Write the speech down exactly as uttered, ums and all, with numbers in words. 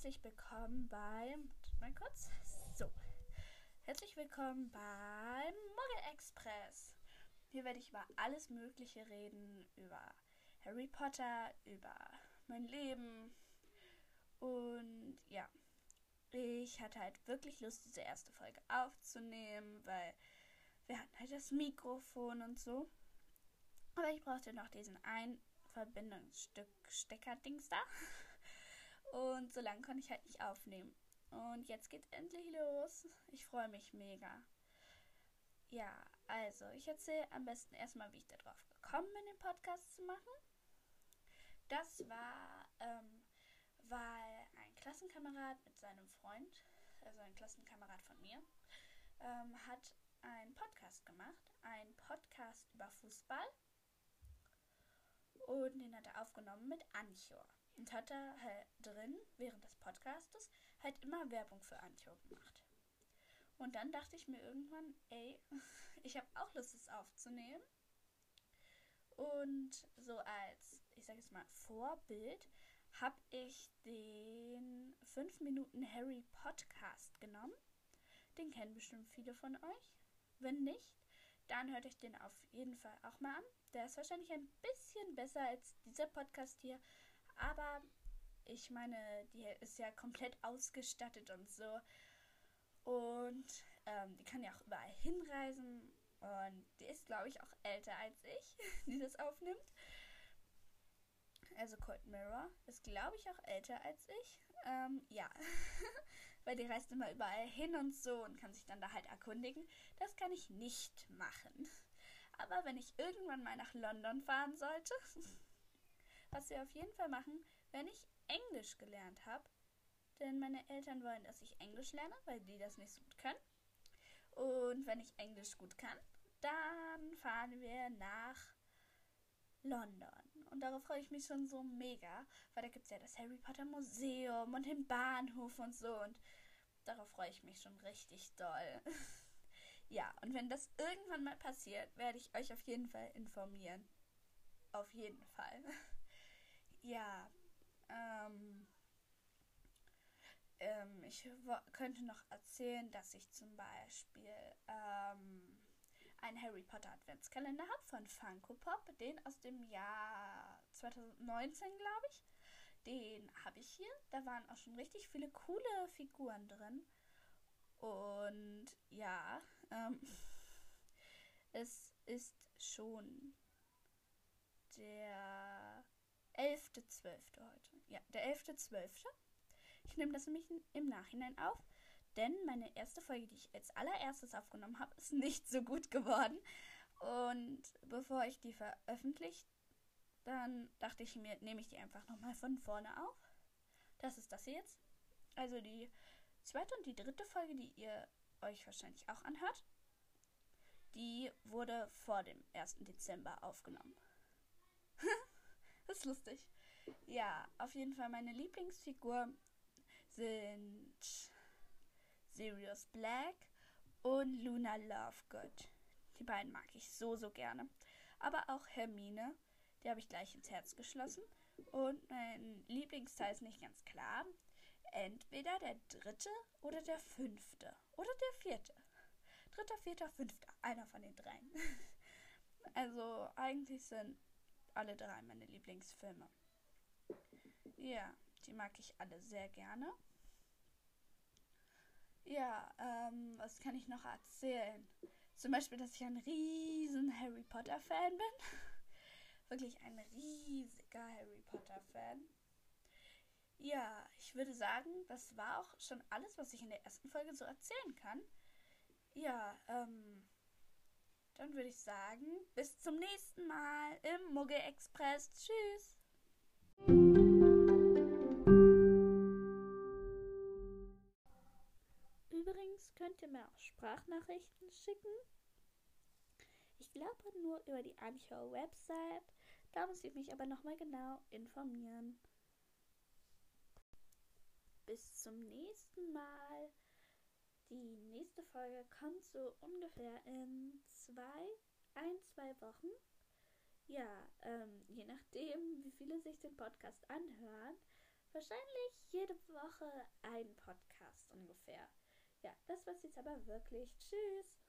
herzlich willkommen beim... Mal kurz. So. Herzlich willkommen beim Muggel Express. Hier werde ich über alles Mögliche reden. Über Harry Potter, über mein Leben. Und ja, ich hatte halt wirklich Lust, diese erste Folge aufzunehmen, weil wir hatten halt das Mikrofon und so. Aber ich brauchte noch diesen ein Verbindungsstück Stecker-Dings da. Und so lange konnte ich halt nicht aufnehmen. Und jetzt geht's endlich los. Ich freue mich mega. Ja, also ich erzähle am besten erstmal, wie ich darauf gekommen bin, den Podcast zu machen. Das war, ähm, weil ein Klassenkamerad mit seinem Freund, also ein Klassenkamerad von mir, ähm, hat einen Podcast gemacht. Einen Podcast über Fußball. Und den hat er aufgenommen mit Anchor. Und hat er halt drin, während des Podcastes, halt immer Werbung für Anchor gemacht. Und dann dachte ich mir irgendwann, ey, ich habe auch Lust, es aufzunehmen. Und so als, ich sage jetzt mal, Vorbild habe ich den fünf Minuten Harry Podcast genommen. Den kennen bestimmt viele von euch. Wenn nicht, dann hört euch den auf jeden Fall auch mal an. Der ist wahrscheinlich ein bisschen besser als dieser Podcast hier. Aber ich meine, die ist ja komplett ausgestattet und so. Und ähm, die kann ja auch überall hinreisen. Und die ist, glaube ich, auch älter als ich, die das aufnimmt. Also Cold Mirror ist, glaube ich, auch älter als ich. Ähm, ja, weil die reist immer überall hin und so und kann sich dann da halt erkundigen. Das kann ich nicht machen. Aber wenn ich irgendwann mal nach London fahren sollte, was wir auf jeden Fall machen, wenn ich Englisch gelernt habe, denn meine Eltern wollen, dass ich Englisch lerne, weil die das nicht so gut können. Und wenn ich Englisch gut kann, dann fahren wir nach London. Und darauf freue ich mich schon so mega, weil da gibt es ja das Harry Potter Museum und den Bahnhof und so. Und darauf freue ich mich schon richtig doll. Ja, und wenn das irgendwann mal passiert, werde ich euch auf jeden Fall informieren. Auf jeden Fall. Ja, ähm, ähm, ich wo- könnte noch erzählen, dass ich zum Beispiel ähm, einen Harry Potter Adventskalender habe von Funko Pop, den aus dem Jahr zwanzig neunzehn, glaube ich. Den habe ich hier. Da waren auch schon richtig viele coole Figuren drin. Und ja, ähm, es ist schon der elfter zwölfter heute. Ja, der elfter zwölfter Ich nehme das nämlich im Nachhinein auf, denn meine erste Folge, die ich als allererstes aufgenommen habe, ist nicht so gut geworden. Und bevor ich die veröffentliche, dann dachte ich mir, nehme ich die einfach nochmal von vorne auf. Das ist das hier jetzt. Also die zweite und die dritte Folge, die ihr euch wahrscheinlich auch anhört, die wurde vor dem ersten Dezember aufgenommen. Das ist lustig. Ja, auf jeden Fall meine Lieblingsfigur sind Sirius Black und Luna Lovegood. Die beiden mag ich so, so gerne. Aber auch Hermine, die habe ich gleich ins Herz geschlossen. Und mein Lieblingsteil ist nicht ganz klar. Entweder der dritte oder der fünfte. Oder der vierte. Dritter, vierter, fünfter. Einer von den dreien. Also eigentlich sind alle drei meine Lieblingsfilme. Ja, die mag ich alle sehr gerne. Ja, ähm, was kann ich noch erzählen? Zum Beispiel, dass ich ein riesen Harry Potter Fan bin. Wirklich ein riesiger Harry Potter Fan. Ja, ich würde sagen, das war auch schon alles, was ich in der ersten Folge so erzählen kann. Ja, ähm, dann würde ich sagen, bis zum nächsten Mal im Muggel Express. Tschüss! Übrigens könnt ihr mir auch Sprachnachrichten schicken. Ich glaube nur über die Anchor-Website. Da muss ich mich aber nochmal genau informieren. Bis zum nächsten Mal. Die nächste Folge kommt so ungefähr in zwei, ein, zwei Wochen. Ja, ähm, je nachdem, wie viele sich den Podcast anhören, wahrscheinlich jede Woche ein Podcast ungefähr. Ja, das war's jetzt aber wirklich. Tschüss!